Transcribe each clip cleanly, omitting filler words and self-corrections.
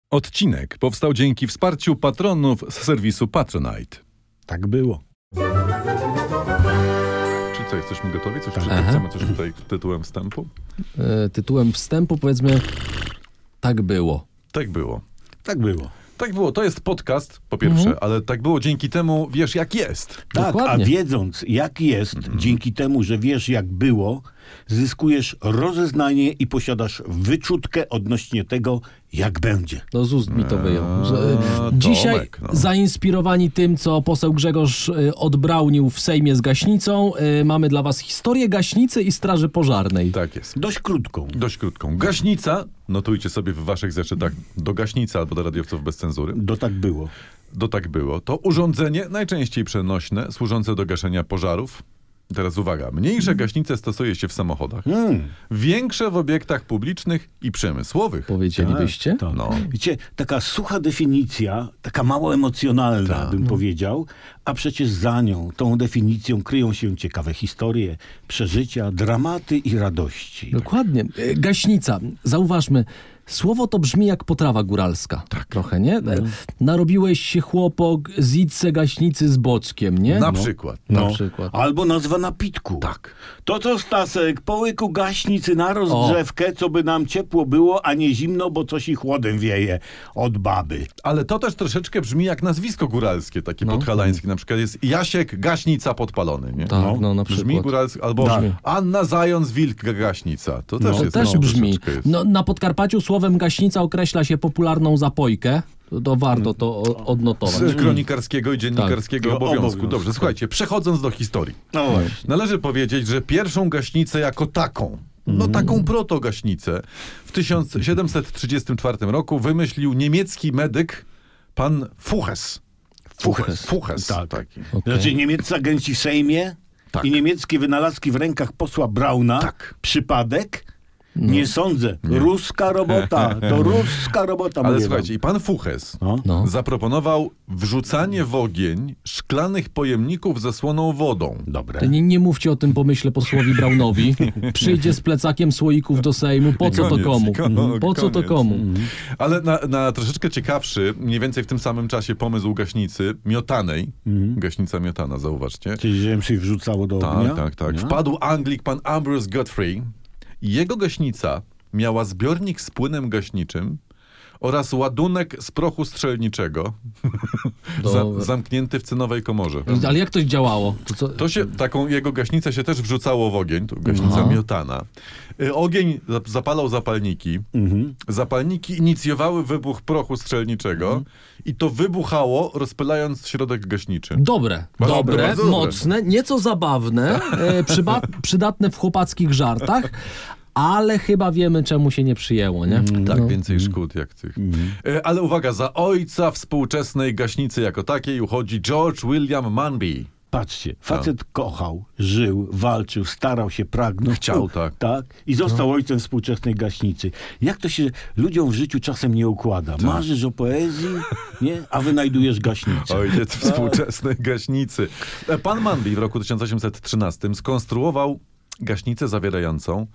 Odcinek powstał dzięki wsparciu patronów z serwisu Patronite. Tak było. Czyli co, jesteśmy gotowi? Coś chcemy coś tutaj tytułem wstępu? Tytułem wstępu powiedzmy tak było. Tak było. Tak było. Tak było. To jest podcast, po pierwsze, ale tak było dzięki temu, wiesz jak jest. Tak, Dokładnie. a wiedząc jak jest, dzięki temu, że wiesz jak było, zyskujesz rozeznanie i posiadasz wyczutkę odnośnie tego, jak będzie. No z ust mi to wyjął. Dzisiaj Tomek, no. zainspirowani tym, co poseł Grzegorz odbrałnił w Sejmie z gaśnicą, mamy dla was historię gaśnicy i straży pożarnej. Tak jest. Dość krótką. Dość krótką. Gaśnica, notujcie sobie w waszych zeszytach do gaśnicy albo do radiowców bez cenzury. Tak było. Tak było. To urządzenie, najczęściej przenośne, służące do gaszenia pożarów. Teraz uwaga, mniejsze gaśnice stosuje się w samochodach, większe w obiektach publicznych i przemysłowych. Powiedzielibyście? Tak. No. Wiecie, taka sucha definicja, taka mało emocjonalna, bym powiedział, a przecież za nią, tą definicją kryją się ciekawe historie, przeżycia, dramaty i radości. Dokładnie. Gaśnica. Zauważmy, słowo to brzmi jak potrawa góralska. Tak. Trochę, nie? Narobiłeś się chłopok, zidce gaśnicy z boczkiem, nie? Na przykład. Na przykład. Albo nazwa napitku. Tak. To co, Stasek, po łyku gaśnicy na rozgrzewkę, co by nam ciepło było, a nie zimno, bo coś i chłodem wieje od baby. Ale to też troszeczkę brzmi jak nazwisko góralskie, takie podhalańskie. Na przykład jest Jasiek Gaśnica podpalony, nie? Tak, na przykład. Brzmi góralskie. Albo Tak. Anna Zając Wilk Gaśnica. To też To jest. też brzmi. troszeczkę jest. No, na Podkarpaciu słowem gaśnica określa się popularną zapojkę. To warto to odnotować. Z kronikarskiego i dziennikarskiego Tak. obowiązku. Obowiązku. Dobrze, słuchajcie, przechodząc do historii. No właśnie. Należy powiedzieć, że pierwszą gaśnicę jako taką, taką protogaśnicę w 1734 roku wymyślił niemiecki medyk pan Fuches. Fuches. Tak. Taki. Okej. Znaczy niemieccy agenci w Sejmie Tak. i niemieckie wynalazki w rękach posła Brauna. Tak. Przypadek? Nie sądzę. Ruska robota. To ruska robota. Ale mówię słuchajcie, i pan Fuches No. zaproponował wrzucanie w ogień szklanych pojemników ze słoną wodą. wam. Dobre. Nie mówcie o tym pomyśle posłowi Braunowi. Przyjdzie z plecakiem słoików do Sejmu. Po co to Koniec, komu? Po co to koniec. komu? Ale na troszeczkę ciekawszy, mniej więcej w tym samym czasie pomysł gaśnicy miotanej, gaśnica miotana, zauważcie. Czyli że im się wrzucało do ognia? Tak. Nie? Wpadł Anglik pan Ambrose Godfrey i jego gaśnica miała zbiornik z płynem gaśniczym oraz ładunek z prochu strzelniczego zamknięty w cynowej komorze. Ale jak to działało? Taką jego gaśnicę się też wrzucało w ogień, to gaśnica miotana. Ogień zapalał zapalniki. Zapalniki inicjowały wybuch prochu strzelniczego i to wybuchało, rozpylając środek gaśniczy. Dobre, Bardzo dobre. mocne, nieco zabawne, przydatne w chłopackich żartach, ale chyba wiemy, czemu się nie przyjęło, nie? Tak, więcej szkód jak tych. Ale uwaga, za ojca współczesnej gaśnicy jako takiej uchodzi George William Manby. Patrzcie, facet kochał, żył, walczył, starał się, pragnął. Chciał, tak. I został ojcem współczesnej gaśnicy. Jak to się ludziom w życiu czasem nie układa? Marzysz o poezji, nie? A wynajdujesz gaśnicę. Ojciec współczesnej gaśnicy. Pan Manby w roku 1813 skonstruował gaśnicę zawierającą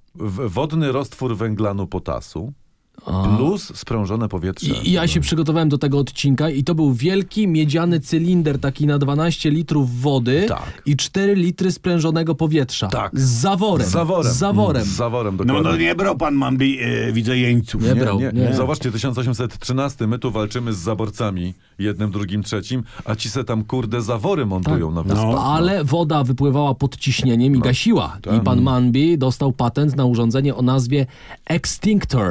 wodny roztwór węglanu potasu plus sprężone powietrze. I ja się przygotowałem do tego odcinka i to był wielki miedziany cylinder taki na 12 litrów wody i 4 litry sprężonego powietrza. Tak. Z zaworem. Z zaworem. Z Z zaworem, No dokładnie. nie brał pan Manby, widzę jeńców. Nie brał. Nie. Zauważcie, 1813, my tu walczymy z zaborcami, jednym, drugim, trzecim, a ci se tam, kurde, zawory montują na wyspach. Ale woda wypływała pod ciśnieniem i gasiła. I pan Manby dostał patent na urządzenie o nazwie Extinctor.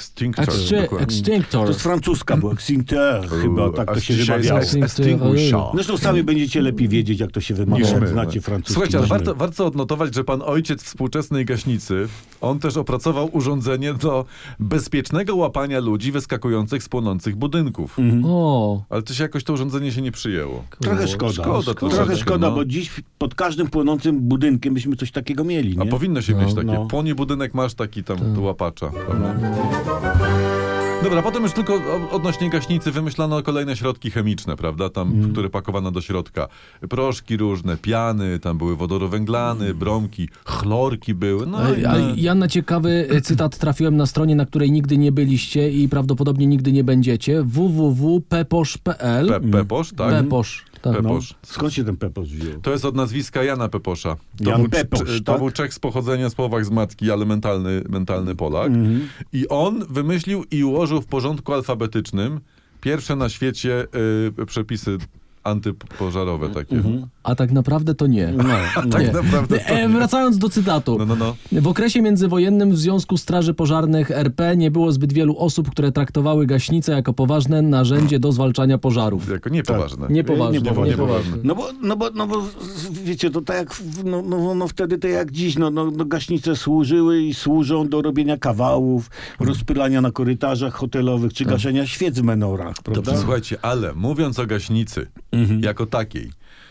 Extinctor. To jest francuska, bo extincteur chyba, tak to się wymawiało. Extinguisher. Zresztą sami będziecie lepiej wiedzieć, jak to się wymawia, jak znacie francuski. Słuchajcie, ale warto odnotować, że pan ojciec współczesnej gaśnicy, on też opracował urządzenie do bezpiecznego łapania ludzi wyskakujących z płonących budynków. O, Ale to się jakoś to urządzenie się nie przyjęło. Trochę szkoda. Trochę szkoda, bo dziś pod każdym płonącym budynkiem byśmy coś takiego mieli, nie? A powinno się mieć takie. Płonie budynek, masz taki tam do łapacza. Prawda? Dobra, potem już tylko odnośnie gaśnicy wymyślano kolejne środki chemiczne, prawda? Tam, które pakowano do środka. Proszki różne, piany, tam były wodorowęglany, bromki, chlorki były. No Ja na ciekawy cytat trafiłem na stronie, na której nigdy nie byliście i prawdopodobnie nigdy nie będziecie. www.peposz.pl. Peposz, tak? Peposz. Tak. Peposz. Skąd się ten Peposz wziął? To jest od nazwiska Jana Peposza. Jan Peposz, To tak? był Czech z pochodzenia, z Połowach z matki, ale mentalny Polak. I on wymyślił i ułożył w porządku alfabetycznym pierwsze na świecie przepisy antypożarowe takie. A tak naprawdę to nie. Tak naprawdę to Wracając do cytatu. No. W okresie międzywojennym w Związku Straży Pożarnych RP nie było zbyt wielu osób, które traktowały gaśnicę jako poważne narzędzie do zwalczania pożarów. Jako niepoważne. Niepoważne. Niepoważne. No bo wiecie, to tak jak wtedy to jak dziś, gaśnice służyły i służą do robienia kawałów, rozpylania na korytarzach hotelowych, czy gaszenia świec w menorach, prawda? Dobrze, słuchajcie, ale mówiąc o gaśnicy jako takiej,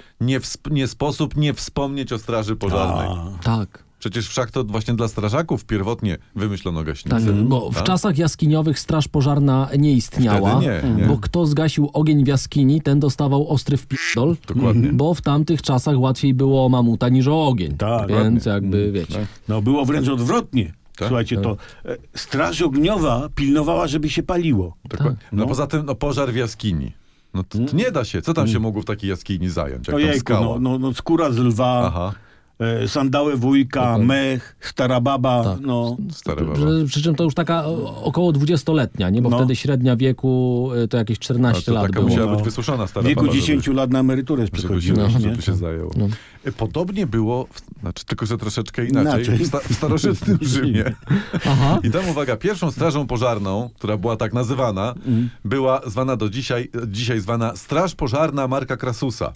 nie sposób nie wspomnieć o Straży Pożarnej. Tak. Przecież wszak to właśnie dla strażaków pierwotnie wymyślono gaśnicę. Tak, bo w czasach jaskiniowych straż pożarna nie istniała, Wtedy nie. bo kto zgasił ogień w jaskini, ten dostawał ostry wpierdol, Dokładnie. bo w tamtych czasach łatwiej było o mamuta niż o ogień. Tak, Więc jakby, wiecie. No było wręcz odwrotnie. Tak? Słuchajcie, to straż ogniowa pilnowała, żeby się paliło. Dokładnie. No poza tym pożar w jaskini. No to nie da się. Co tam się mogło w takiej jaskini zająć? Jak tam Ojejku, skała? skóra z lwa, Aha, sandały wujka, mech, stara baba, Tak. stare baba. Przy czym to już taka około 20-letnia, nie? Bo wtedy średnia wieku to jakieś 14 to lat taka było. musiała być wysuszona stara W wieku baba, 10 lat na emeryturę żeby przychodziła. żeby się zajął. Podobnie było, tylko że troszeczkę inaczej, Inaczej. w starożytnym Rzymie. Aha. I tam uwaga, pierwszą strażą pożarną, która była tak nazywana, była zwana do dzisiaj zwana Straż Pożarna Marka Crassusa.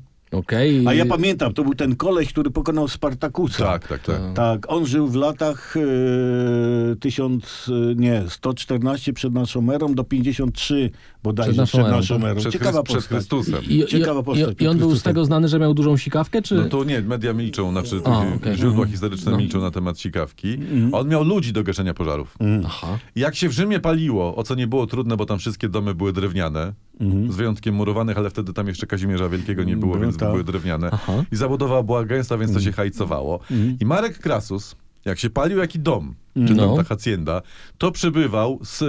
Okej. A ja pamiętam, to był ten koleś, który pokonał Spartakusa. Tak. Tak, on żył w latach 114 przed naszą erą do 53 bodajże przed naszą erą. Ciekawa Przed postać. Chrystusem. Ciekawa postać. I on był z Chrystusem. tego znany, że miał dużą sikawkę, czy... No to nie, media milczą, okej. źródła historyczne milczą na temat sikawki. On miał ludzi do gaszenia pożarów. Aha. Jak się w Rzymie paliło, o co nie było trudne, bo tam wszystkie domy były drewniane, z wyjątkiem murowanych, ale wtedy tam jeszcze Kazimierza Wielkiego nie było, więc tak. były drewniane. Aha. I zabudowa była gęsta, więc to się hajcowało. I Marek Crassus, jak się palił jaki dom, czy tam ta hacienda, to przybywał z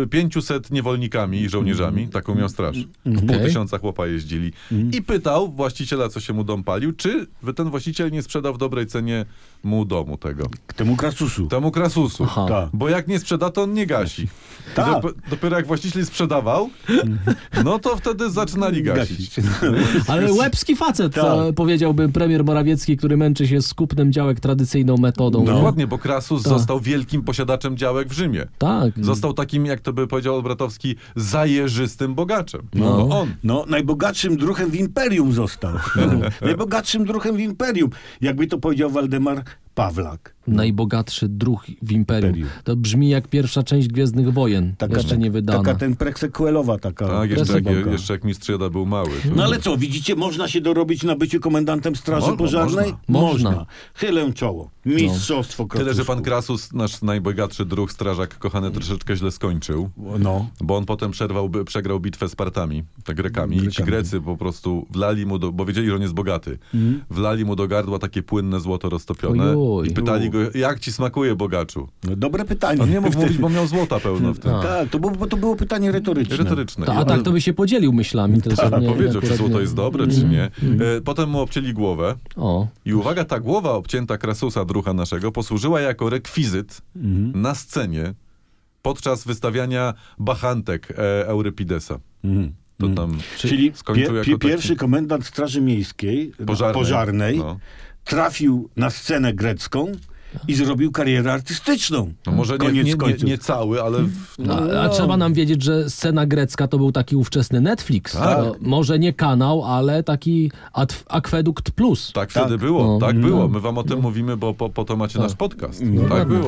500 niewolnikami i żołnierzami, taką miał straż. W pół tysiąca chłopa jeździli. I pytał właściciela, co się mu dom palił, czy ten właściciel nie sprzedał w dobrej cenie mu domu tego. Temu Crassusu. Temu Crassusu. Aha. Tak. Bo jak nie sprzeda, to on nie gasi. Tak. Dopiero jak właściciel sprzedawał, no to wtedy zaczynali gasić. Ale łebski facet, Tak. powiedziałby premier Morawiecki, który męczy się z kupnem działek tradycyjną metodą. nie? Dokładnie, bo Crassus został wielkim posiadaczem działek w Rzymie. Tak. Został takim, jak to by powiedział Olbratowski, zajeżystym bogaczem. No on. No, najbogatszym druhem w imperium został. Najbogatszym druhem w imperium. Jakby to powiedział Waldemar Pawlak. Najbogatszy druh w imperium. To brzmi jak pierwsza część Gwiezdnych Wojen. Jeszcze nie wydana. Taka ten presekwelowa taka. Tak, jeszcze presequelka. jak mistrz Jada był mały. No ale co, widzicie, można się dorobić na byciu komendantem Straży Pożarnej? Można. Chylę czoło. Mistrzostwo Tyle, że pan Crassusów. Crassus, nasz najbogatszy druh, strażak kochany, troszeczkę źle skończył. No. Bo on potem przegrał bitwę z Partami, tak Grekami. I ci Grecy po prostu wlali mu bo wiedzieli, że on jest bogaty. Wlali mu do gardła takie płynne złoto roztopione Ojoj. i pytali go, jak ci smakuje, bogaczu? No, dobre pytanie. On nie mógł mówić, bo miał złota pełno w tym. Tak, to było pytanie retoryczne. Retoryczne. A tak to by się podzielił myślami. To, że nie, Powiedział, czy akurat złoto nie. jest dobre, czy nie. Potem mu obcięli głowę. O, I uwaga, ta głowa obcięta Crassusa, druha naszego, posłużyła jako rekwizyt na scenie podczas wystawiania bachantek Eurypidesa. To tam Czyli skończył jako pierwszy taki komendant Straży Miejskiej pożarnej. trafił na scenę grecką i zrobił karierę artystyczną. No może Koniec końców. nie cały, ale... a trzeba nam wiedzieć, że scena grecka to był taki ówczesny Netflix. Tak. To może nie kanał, ale taki Akwedukt Plus. Tak wtedy było, No. tak było. My wam o tym mówimy, bo po to macie nasz podcast. Tak było.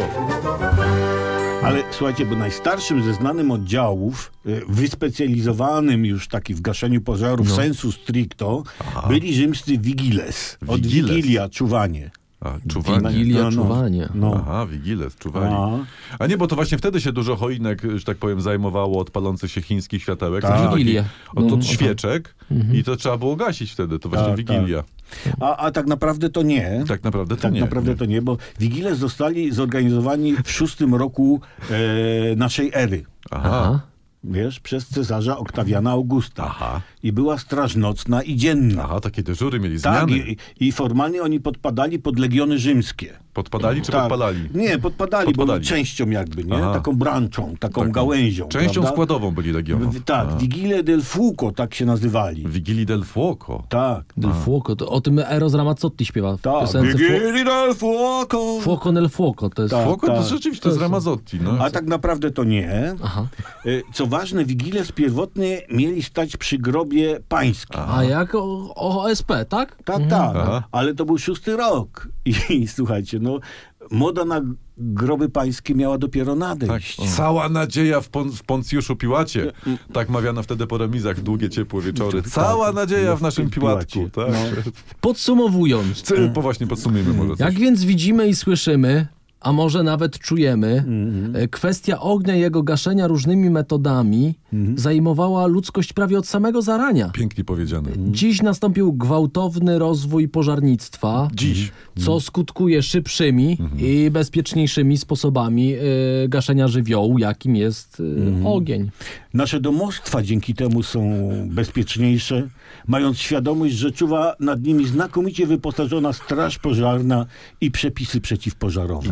Ale słuchajcie, bo najstarszym ze znanym oddziałów, wyspecjalizowanym już taki w gaszeniu pożarów sensu stricto, byli rzymscy vigiles. Od Vigiles. vigilia, czuwanie. A, czuwanie. Wigilia, czuwanie. No. Aha, Wigilę, czuwali. A. A nie, bo to właśnie wtedy się dużo choinek, że tak powiem, zajmowało od palących się chińskich światełek. Tak. Zawsze Wigilię. Od No, świeczek i to trzeba było gasić wtedy, to właśnie Tak, Wigilia. A tak naprawdę to nie. Tak naprawdę to Tak nie. naprawdę to nie, bo Wigile zostali zorganizowani w 6 roku naszej ery. Aha. Wiesz, przez cesarza Oktawiana Augusta. Aha. I była straż nocna i dzienna. Aha, takie dyżury mieli, Tak, zmiany. i formalnie oni podpadali pod legiony rzymskie. Podpadali czy Tak. podpalali? Nie, podpadali, bo Podpadali. częścią jakby, nie? Aha. Taką branczą, taką Taką gałęzią. Częścią prawda? składową byli legionów. Tak, Aha. Vigile del Fuoco, tak się nazywali. Wigilii del Fuoco. Tak. Del Fuoco, to o tym Eros Ramazzotti śpiewa w Tak, piosence Vigili del Fuoco. Fuoco nel Fuoco, to jest... Tak. Fuoco to rzeczywiście to jest Ramazzotti. No. A tak naprawdę to nie. Aha. Co ważne, Wigile pierwotnie mieli stać przy grobie pańskim. A jak OSP, tak? Tak, tak. Aha. Ale to był 6 rok. I słuchajcie, no, moda na groby pańskie miała dopiero Tak. nadejść. Cała nadzieja w Poncjuszu Piłacie. Tak mawiano wtedy po remizach w długie, ciepłe wieczory. Cała nadzieja w naszym Piłatku. Tak. No. Podsumowując, Właśnie podsumujmy może coś. jak więc widzimy i słyszymy, a może nawet czujemy, kwestia ognia i jego gaszenia różnymi metodami zajmowała ludzkość prawie od samego zarania. Pięknie powiedziane. Dziś nastąpił gwałtowny rozwój pożarnictwa, Dziś. co skutkuje szybszymi i bezpieczniejszymi sposobami gaszenia żywiołu, jakim jest ogień. Nasze domostwa dzięki temu są bezpieczniejsze, mając świadomość, że czuwa nad nimi znakomicie wyposażona straż pożarna i przepisy przeciwpożarowe.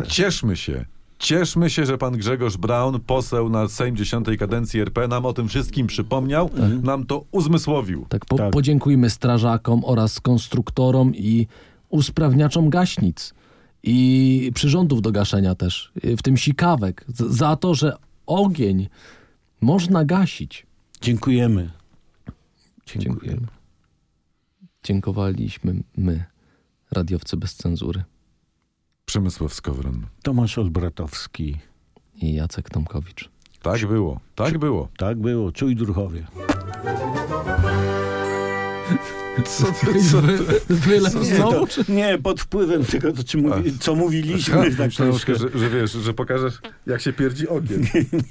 Cieszmy się, że pan Grzegorz Braun, poseł na Sejm 10. kadencji RP, nam o tym wszystkim przypomniał, nam to uzmysłowił. Tak, Tak. podziękujmy strażakom oraz konstruktorom i usprawniaczom gaśnic i przyrządów do gaszenia też, w tym sikawek, za to, że ogień można gasić. Dziękujemy. Dziękujemy. Dziękowaliśmy my, radiowcy bez cenzury, Przemysław Skowron. Tomasz Olbratowski. i Jacek Tomkowicz. Tak było, tak było. Tak było. Czuj druchowie. Wylew znowu? Nie, pod wpływem tego, co mówiliśmy. Tak troszkę. że wiesz, że pokażesz, jak się pierdzi ogień.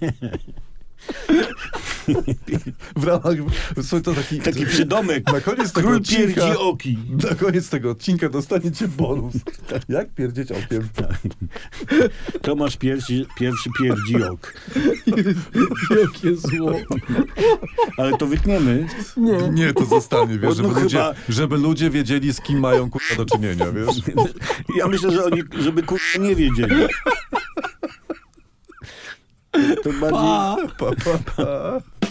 W ramach, to Taki przydomek. Na koniec tego Król odcinka, pierdzi oki. na koniec tego odcinka dostaniecie bonus. Jak pierdzieć okiem? Tomasz pierwszy pierdzi ok. Jakie zło. Ale to wytniemy. Nie, to zostanie, wiesz, No żeby ludzie wiedzieli, z kim mają kurwa do czynienia, wiesz? Ja myślę, że oni, żeby kurwa nie wiedzieli. To bardziej... Pa.